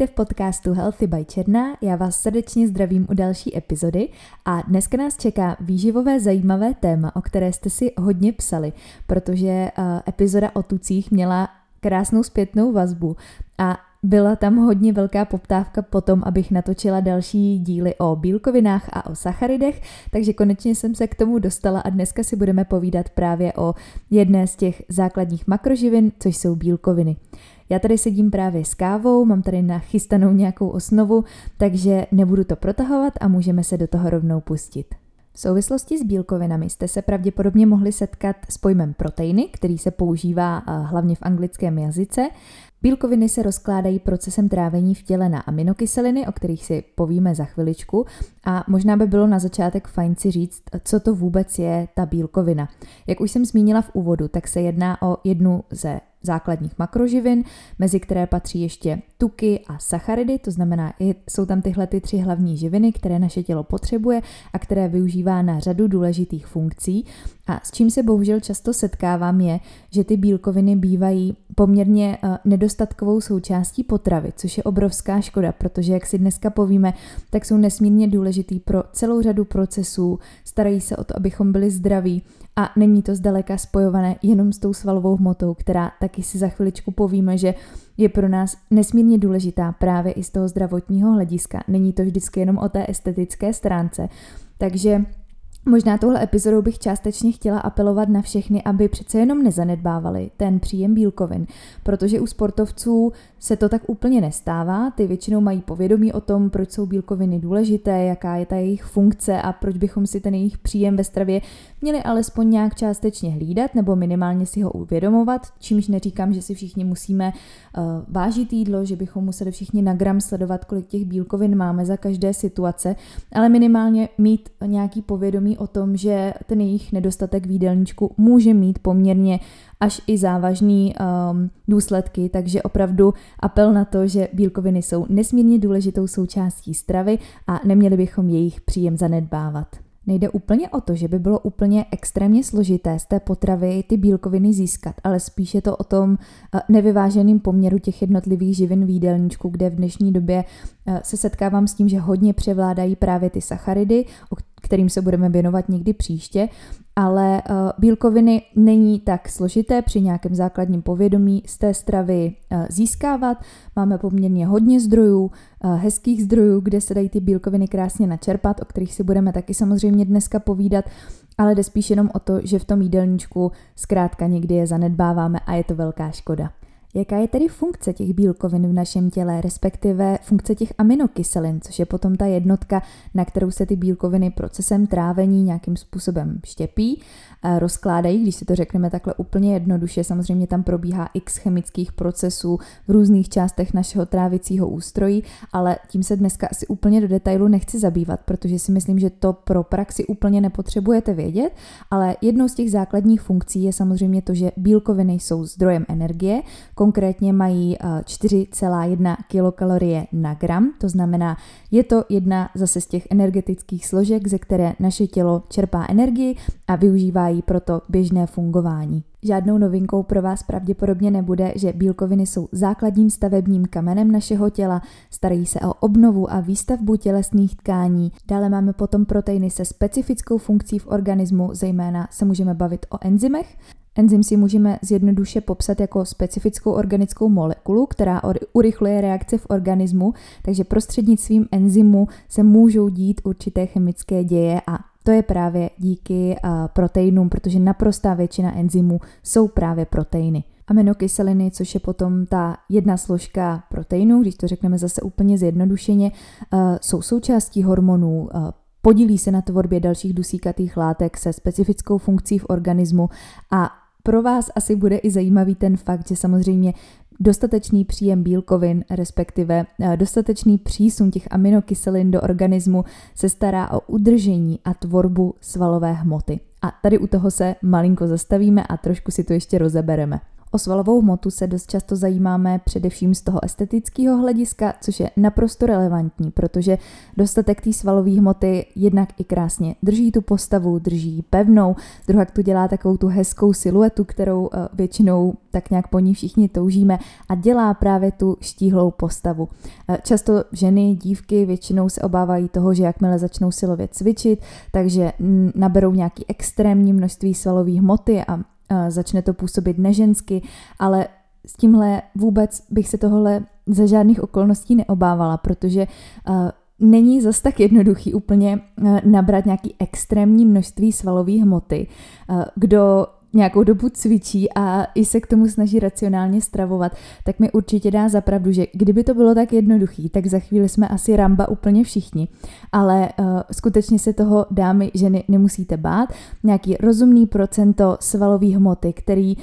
Vítejte v podcastu Healthy by Černá, já vás srdečně zdravím u další epizody a dneska nás čeká výživové zajímavé téma, o které jste si hodně psali, protože epizoda o tucích měla krásnou zpětnou vazbu a byla tam hodně velká poptávka po tom, abych natočila další díly o bílkovinách a o sacharidech, takže konečně jsem se k tomu dostala a dneska si budeme povídat právě o jedné z těch základních makroživin, což jsou bílkoviny. Já tady sedím právě s kávou, mám tady nachystanou nějakou osnovu, takže nebudu to protahovat a můžeme se do toho rovnou pustit. V souvislosti s bílkovinami jste se pravděpodobně mohli setkat s pojmem proteiny, který se používá hlavně v anglickém jazyce. Bílkoviny se rozkládají procesem trávení v těle na aminokyseliny, o kterých si povíme za chviličku, a možná by bylo na začátek fajn si říct, co to vůbec je ta bílkovina. Jak už jsem zmínila v úvodu, tak se jedná o jednu ze základních makroživin, mezi které patří ještě tuky a sacharidy, to znamená, jsou tam tyhle ty 3 hlavní živiny, které naše tělo potřebuje a které využívá na řadu důležitých funkcí. A s čím se bohužel často setkávám je, že ty bílkoviny bývají poměrně nedostatkovou součástí potravy, což je obrovská škoda, protože jak si dneska povíme, tak jsou nesmírně důležitý pro celou řadu procesů, starají se o to, abychom byli zdraví a není to zdaleka spojované jenom s tou svalovou hmotou, která taky si za chviličku povíme, že je pro nás nesmírně důležitá právě i z toho zdravotního hlediska. Není to vždycky jenom o té estetické stránce, takže možná touhle epizodou bych částečně chtěla apelovat na všechny, aby přece jenom nezanedbávali ten příjem bílkovin, protože u sportovců se to tak úplně nestává, ty většinou mají povědomí o tom, proč jsou bílkoviny důležité, jaká je ta jejich funkce a proč bychom si ten jejich příjem ve stravě měli alespoň nějak částečně hlídat nebo minimálně si ho uvědomovat, čímž neříkám, že si všichni musíme vážit jídlo, že bychom museli všichni na gram sledovat, kolik těch bílkovin máme za každé situace, ale minimálně mít nějaký povědomí o tom, že ten jejich nedostatek v jídelníčku může mít poměrně až i závažný důsledky, takže opravdu apel na to, že bílkoviny jsou nesmírně důležitou součástí stravy a neměli bychom jejich příjem zanedbávat. Nejde úplně o to, že by bylo úplně extrémně složité z té potravy ty bílkoviny získat, ale spíš je to o tom nevyváženém poměru těch jednotlivých živin v jídelníčku, kde v dnešní době se setkávám s tím, že hodně převládají právě ty sacharidy, o kterým se budeme věnovat někdy příště, ale bílkoviny není tak složité při nějakém základním povědomí z té stravy získávat. Máme poměrně hodně zdrojů, hezkých zdrojů, kde se dají ty bílkoviny krásně načerpat, o kterých si budeme taky samozřejmě dneska povídat, ale jde spíš jenom o to, že v tom jídelníčku zkrátka někdy je zanedbáváme a je to velká škoda. Jaká je tedy funkce těch bílkovin v našem těle, respektive funkce těch aminokyselin, což je potom ta jednotka, na kterou se ty bílkoviny procesem trávení nějakým způsobem štěpí, rozkládají, když si to řekneme takhle úplně jednoduše, samozřejmě tam probíhá x chemických procesů v různých částech našeho trávicího ústrojí, ale tím se dneska asi úplně do detailu nechci zabývat, protože si myslím, že to pro praxi úplně nepotřebujete vědět, ale jednou z těch základních funkcí je samozřejmě to, že bílkoviny jsou zdrojem energie, konkrétně mají 4,1 kilokalorie na gram, to znamená, je to jedna zase z těch energetických složek, ze které naše tělo čerpá energii a využívá ji pro to běžné fungování. Žádnou novinkou pro vás pravděpodobně nebude, že bílkoviny jsou základním stavebním kamenem našeho těla, starají se o obnovu a výstavbu tělesných tkání. Dále máme potom proteiny se specifickou funkcí v organismu, zejména se můžeme bavit o enzymech. Enzym si můžeme zjednoduše popsat jako specifickou organickou molekulu, která urychluje reakce v organismu, takže prostřednictvím enzymu se můžou dít určité chemické děje a to je právě díky proteinům, protože naprostá většina enzymů jsou právě proteiny. Aminokyseliny, což je potom ta jedna složka proteinů, když to řekneme zase úplně zjednodušeně, jsou součástí hormonů, podílí se na tvorbě dalších dusíkatých látek se specifickou funkcí v organismu a pro vás asi bude i zajímavý ten fakt, že samozřejmě dostatečný příjem bílkovin, respektive dostatečný přísun těch aminokyselin do organismu se stará o udržení a tvorbu svalové hmoty. A tady u toho se malinko zastavíme a trošku si to ještě rozebereme. O svalovou hmotu se dost často zajímáme především z toho estetického hlediska, což je naprosto relevantní, protože dostatek té svalové hmoty jednak i krásně drží tu postavu, drží ji pevnou, druhak tu dělá takovou tu hezkou siluetu, kterou většinou tak nějak po ní všichni toužíme a dělá právě tu štíhlou postavu. Často ženy, dívky většinou se obávají toho, že jakmile začnou silově cvičit, takže naberou nějaký extrémní množství svalové hmoty a začne to působit nežensky, ale s tímhle vůbec bych se tohle za žádných okolností neobávala, protože není zas tak jednoduchý úplně nabrat nějaký extrémní množství svalové hmoty. Kdo nějakou dobu cvičí a i se k tomu snaží racionálně stravovat, tak mi určitě dá za pravdu, že kdyby to bylo tak jednoduchý, tak za chvíli jsme asi Ramba úplně všichni. Ale skutečně se toho, dámy, ženy, nemusíte bát. Nějaký rozumný procento svalové hmoty, který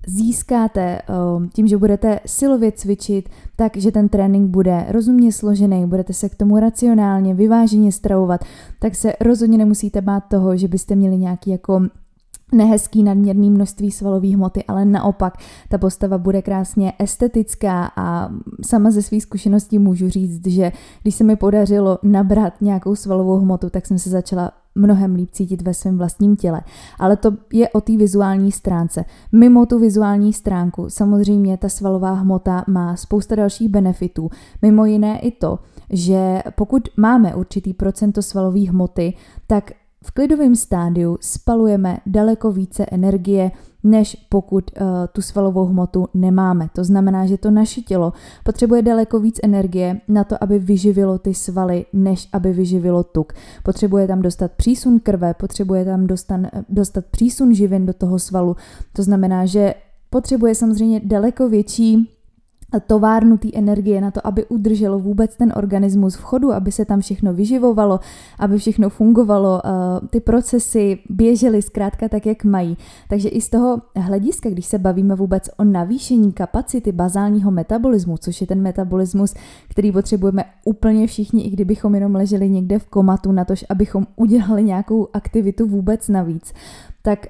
získáte tím, že budete silově cvičit, takže ten trénink bude rozumně složený, budete se k tomu racionálně, vyváženě stravovat, tak se rozhodně nemusíte bát toho, že byste měli nějaký jako nehezký nadměrný množství svalové hmoty, ale naopak ta postava bude krásně estetická a sama ze svých zkušeností můžu říct, že když se mi podařilo nabrat nějakou svalovou hmotu, tak jsem se začala mnohem líp cítit ve svém vlastním těle. Ale to je o té vizuální stránce. Mimo tu vizuální stránku samozřejmě ta svalová hmota má spousta dalších benefitů. Mimo jiné i to, že pokud máme určitý procento svalové hmoty, tak v klidovém stádiu spalujeme daleko více energie, než pokud tu svalovou hmotu nemáme. To znamená, že to naše tělo potřebuje daleko víc energie na to, aby vyživilo ty svaly, než aby vyživilo tuk. Potřebuje tam dostat přísun krve, potřebuje tam dostat přísun živin do toho svalu. To znamená, že potřebuje samozřejmě daleko větší továrnu té energie na to, aby udrželo vůbec ten organismus v chodu, aby se tam všechno vyživovalo, aby všechno fungovalo, ty procesy běžely zkrátka tak, jak mají. Takže i z toho hlediska, když se bavíme vůbec o navýšení kapacity bazálního metabolismu, což je ten metabolismus, který potřebujeme úplně všichni, i kdybychom jenom leželi někde v komatu na to, abychom udělali nějakou aktivitu vůbec navíc, tak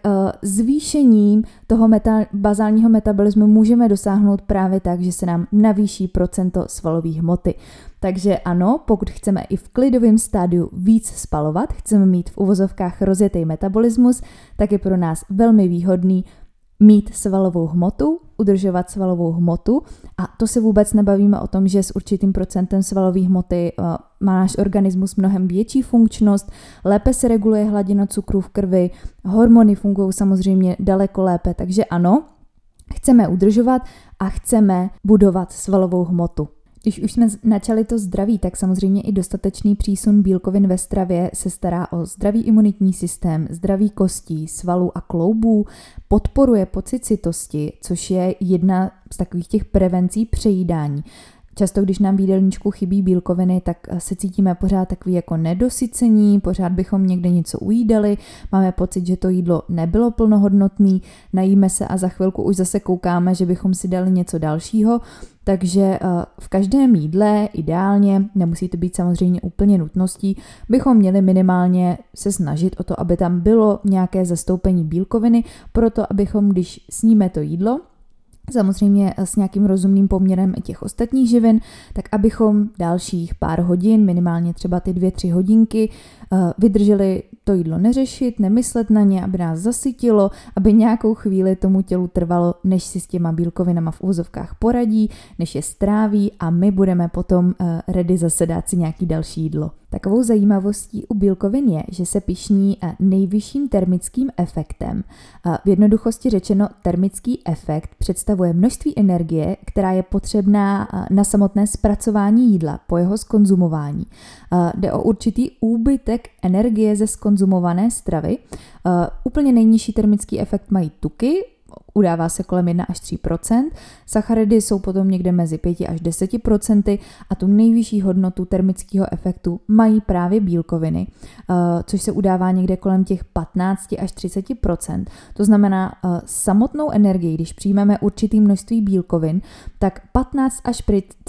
zvýšením toho bazálního metabolismu můžeme dosáhnout právě tak, že se nám navýší procento svalové hmoty. Takže ano, pokud chceme i v klidovém stádiu víc spalovat, chceme mít v uvozovkách rozjetý metabolismus, tak je pro nás velmi výhodný mít svalovou hmotu, udržovat svalovou hmotu a to se vůbec nebavíme o tom, že s určitým procentem svalové hmoty má náš organismus mnohem větší funkčnost, lépe se reguluje hladina cukru v krvi, hormony fungují samozřejmě daleko lépe, takže ano, chceme udržovat a chceme budovat svalovou hmotu. Když už jsme načali to zdraví, tak samozřejmě i dostatečný přísun bílkovin ve stravě se stará o zdravý imunitní systém, zdraví kostí, svalů a kloubů, podporuje pocit sytosti, což je jedna z takových těch prevencí přejídání. Často, když nám v jídelníčku chybí bílkoviny, tak se cítíme pořád takový jako nedosycení, pořád bychom někde něco ujídali, máme pocit, že to jídlo nebylo plnohodnotné, najíme se a za chvilku už zase koukáme, že bychom si dali něco dalšího. Takže v každém jídle ideálně, nemusí to být samozřejmě úplně nutností, bychom měli minimálně se snažit o to, aby tam bylo nějaké zastoupení bílkoviny, proto abychom, když sníme to jídlo, samozřejmě s nějakým rozumným poměrem těch ostatních živin, tak abychom dalších pár hodin, minimálně třeba ty 2-3 hodinky, vydrželi to jídlo neřešit, nemyslet na ně, aby nás zasytilo, aby nějakou chvíli tomu tělu trvalo, než si s těma bílkovinama v úzovkách poradí, než je stráví a my budeme potom ready zase dát si nějaký další jídlo. Takovou zajímavostí u bílkovin je, že se pyšní nejvyšším termickým efektem. V jednoduchosti řečeno, termický efekt představuje množství energie, která je potřebná na samotné zpracování jídla po jeho zkonzumování. Jde o určitý úbytek energie ze zkonzumované stravy. Úplně nejnižší termický efekt mají tuky, udává se kolem 1 až 3%, sacharidy jsou potom někde mezi 5 až 10% a tu nejvyšší hodnotu termického efektu mají právě bílkoviny, což se udává někde kolem těch 15 až 30%. To znamená samotnou energii, když přijmeme určitý množství bílkovin, tak 15 až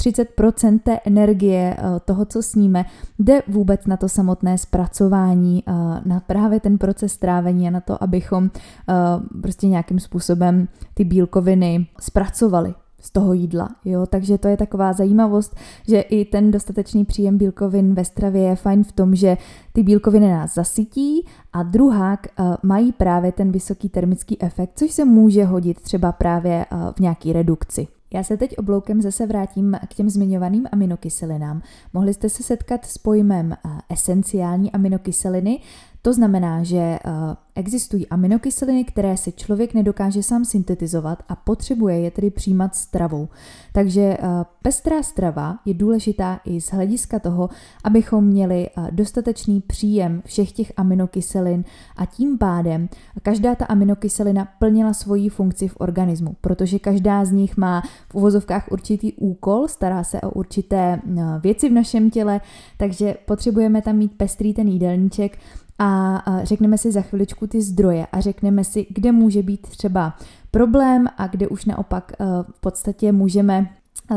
30% té energie toho, co sníme, jde vůbec na to samotné zpracování, na právě ten proces trávení a na to, abychom prostě nějakým způsobem způsobem ty bílkoviny zpracovali z toho jídla. Jo? Takže to je taková zajímavost, že i ten dostatečný příjem bílkovin ve stravě je fajn v tom, že ty bílkoviny nás zasytí a druhák mají právě ten vysoký termický efekt, což se může hodit třeba právě v nějaký redukci. Já se teď obloukem zase vrátím k těm zmiňovaným aminokyselinám. Mohli jste se setkat s pojmem esenciální aminokyseliny. To znamená, že existují aminokyseliny, které si člověk nedokáže sám syntetizovat a potřebuje je tedy přijímat stravou. Takže pestrá strava je důležitá i z hlediska toho, abychom měli dostatečný příjem všech těch aminokyselin a tím pádem každá ta aminokyselina plnila svoji funkci v organismu, protože každá z nich má v uvozovkách určitý úkol, stará se o určité věci v našem těle, takže potřebujeme tam mít pestrý ten jídelníček. A řekneme si za chviličku ty zdroje a řekneme si, kde může být třeba problém a kde už naopak v podstatě můžeme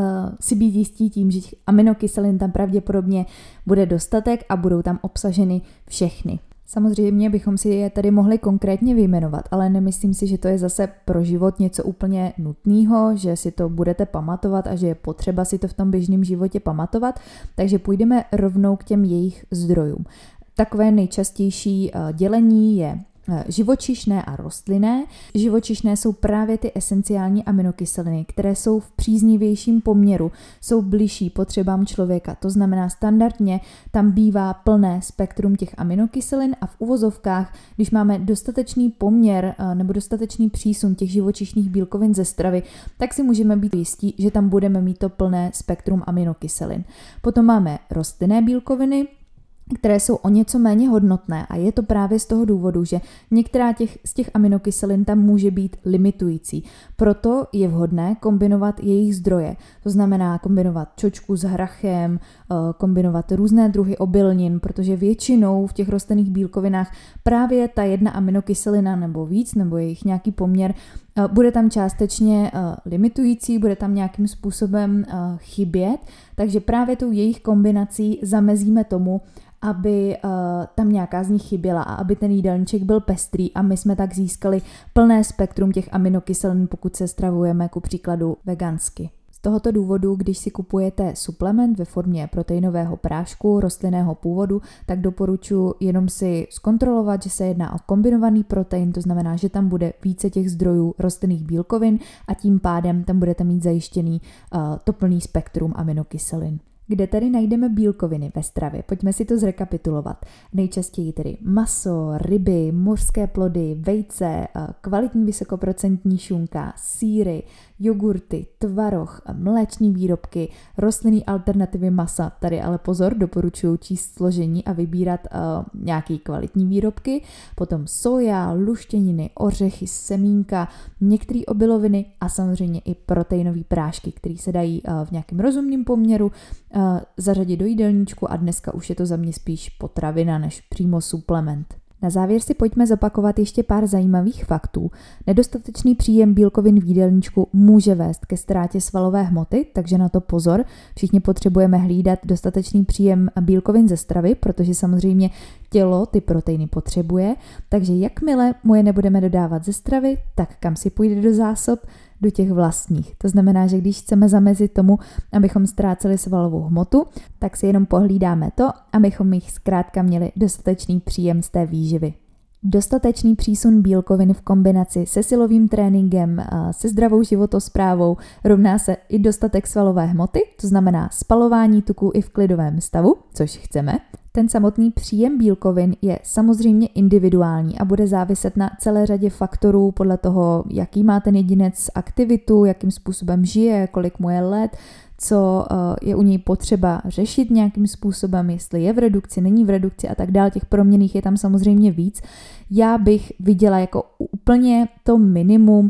si být jistí tím, že aminokyselin tam pravděpodobně bude dostatek a budou tam obsaženy všechny. Samozřejmě bychom si je tady mohli konkrétně vyjmenovat, ale nemyslím si, že to je zase pro život něco úplně nutného, že si to budete pamatovat a že je potřeba si to v tom běžném životě pamatovat, takže půjdeme rovnou k těm jejich zdrojům. Takové nejčastější dělení je živočišné a rostlinné. Živočišné jsou právě ty esenciální aminokyseliny, které jsou v příznivějším poměru, jsou bližší potřebám člověka. To znamená, standardně tam bývá plné spektrum těch aminokyselin a v uvozovkách, když máme dostatečný poměr nebo dostatečný přísun těch živočišných bílkovin ze stravy, tak si můžeme být jistí, že tam budeme mít to plné spektrum aminokyselin. Potom máme rostlinné bílkoviny, které jsou o něco méně hodnotné a je to právě z toho důvodu, že některá z těch aminokyselin tam může být limitující. Proto je vhodné kombinovat jejich zdroje. To znamená kombinovat čočku s hrachem, kombinovat různé druhy obilnin, protože většinou v těch rostlinných bílkovinách právě ta jedna aminokyselina nebo víc, nebo jejich nějaký poměr bude tam částečně limitující, bude tam nějakým způsobem chybět, takže právě tou jejich kombinací zamezíme tomu, aby tam nějaká z nich chyběla a aby ten jídelníček byl pestrý a my jsme tak získali plné spektrum těch aminokyselin, pokud se stravujeme ku příkladu vegansky. Z tohoto důvodu, když si kupujete suplement ve formě proteinového prášku rostlinného původu, tak doporučuji jenom si zkontrolovat, že se jedná o kombinovaný protein, to znamená, že tam bude více těch zdrojů rostlinných bílkovin a tím pádem tam budete mít zajištěný to plný spektrum aminokyselin. Kde tedy najdeme bílkoviny ve stravě? Pojďme si to zrekapitulovat. Nejčastěji tedy maso, ryby, mořské plody, vejce, kvalitní vysokoprocentní šunka, sýry, jogurty, tvaroh, mléčné výrobky, rostlinné alternativy masa. Tady ale pozor, doporučuji číst složení a vybírat nějaké kvalitní výrobky. Potom soja, luštěniny, ořechy, semínka, některé obiloviny a samozřejmě i proteinové prášky, které se dají v nějakém rozumném poměru zařadit do jídelníčku a dneska už je to za mě spíš potravina než přímo suplement. Na závěr si pojďme zopakovat ještě pár zajímavých faktů. Nedostatečný příjem bílkovin v jídelníčku může vést ke ztrátě svalové hmoty, takže na to pozor. Všichni potřebujeme hlídat dostatečný příjem bílkovin ze stravy, protože samozřejmě tělo ty proteiny potřebuje, takže jakmile mu je nebudeme dodávat ze stravy, tak kam si půjde do zásob? Do těch vlastních. To znamená, že když chceme zamezit tomu, abychom ztráceli svalovou hmotu, tak si jenom pohlídáme to, abychom jich zkrátka měli dostatečný příjem z té výživy. Dostatečný přísun bílkovin v kombinaci se silovým tréninkem, se zdravou životosprávou rovná se i dostatek svalové hmoty, to znamená spalování tuků i v klidovém stavu, což chceme. Ten samotný příjem bílkovin je samozřejmě individuální a bude záviset na celé řadě faktorů podle toho, jaký má ten jedinec aktivitu, jakým způsobem žije, kolik mu je let, co je u něj potřeba řešit nějakým způsobem, jestli je v redukci, není v redukci a tak dále. Těch proměnných je tam samozřejmě víc. Já bych viděla jako úplně to minimum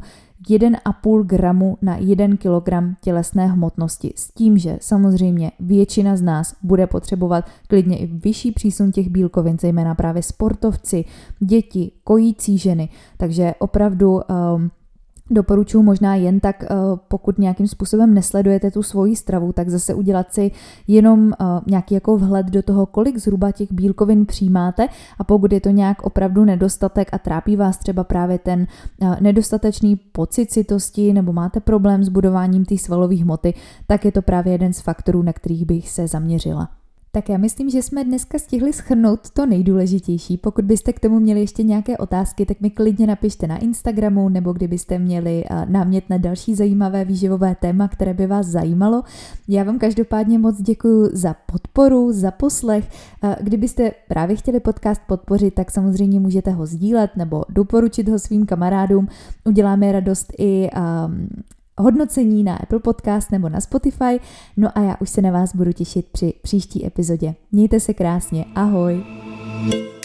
1,5 gramu na 1 kilogram tělesné hmotnosti. S tím, že samozřejmě většina z nás bude potřebovat klidně i vyšší přísun těch bílkovin, zejména právě sportovci, děti, kojící ženy. Takže opravdu Doporučuji možná jen tak, pokud nějakým způsobem nesledujete tu svoji stravu, tak zase udělat si jenom nějaký jako vhled do toho, kolik zhruba těch bílkovin přijímáte, a pokud je to nějak opravdu nedostatek a trápí vás třeba právě ten nedostatečný pocit sytosti nebo máte problém s budováním té svalové hmoty, tak je to právě jeden z faktorů, na kterých bych se zaměřila. Tak já myslím, že jsme dneska stihli shrnout to nejdůležitější. Pokud byste k tomu měli ještě nějaké otázky, tak mi klidně napište na Instagramu, nebo kdybyste měli námět na další zajímavé výživové téma, které by vás zajímalo. Já vám každopádně moc děkuji za podporu, za poslech. Kdybyste právě chtěli podcast podpořit, tak samozřejmě můžete ho sdílet nebo doporučit ho svým kamarádům. Uděláme radost i hodnocení na Apple Podcast nebo na Spotify. No a já už se na vás budu těšit při příští epizodě. Mějte se krásně, ahoj!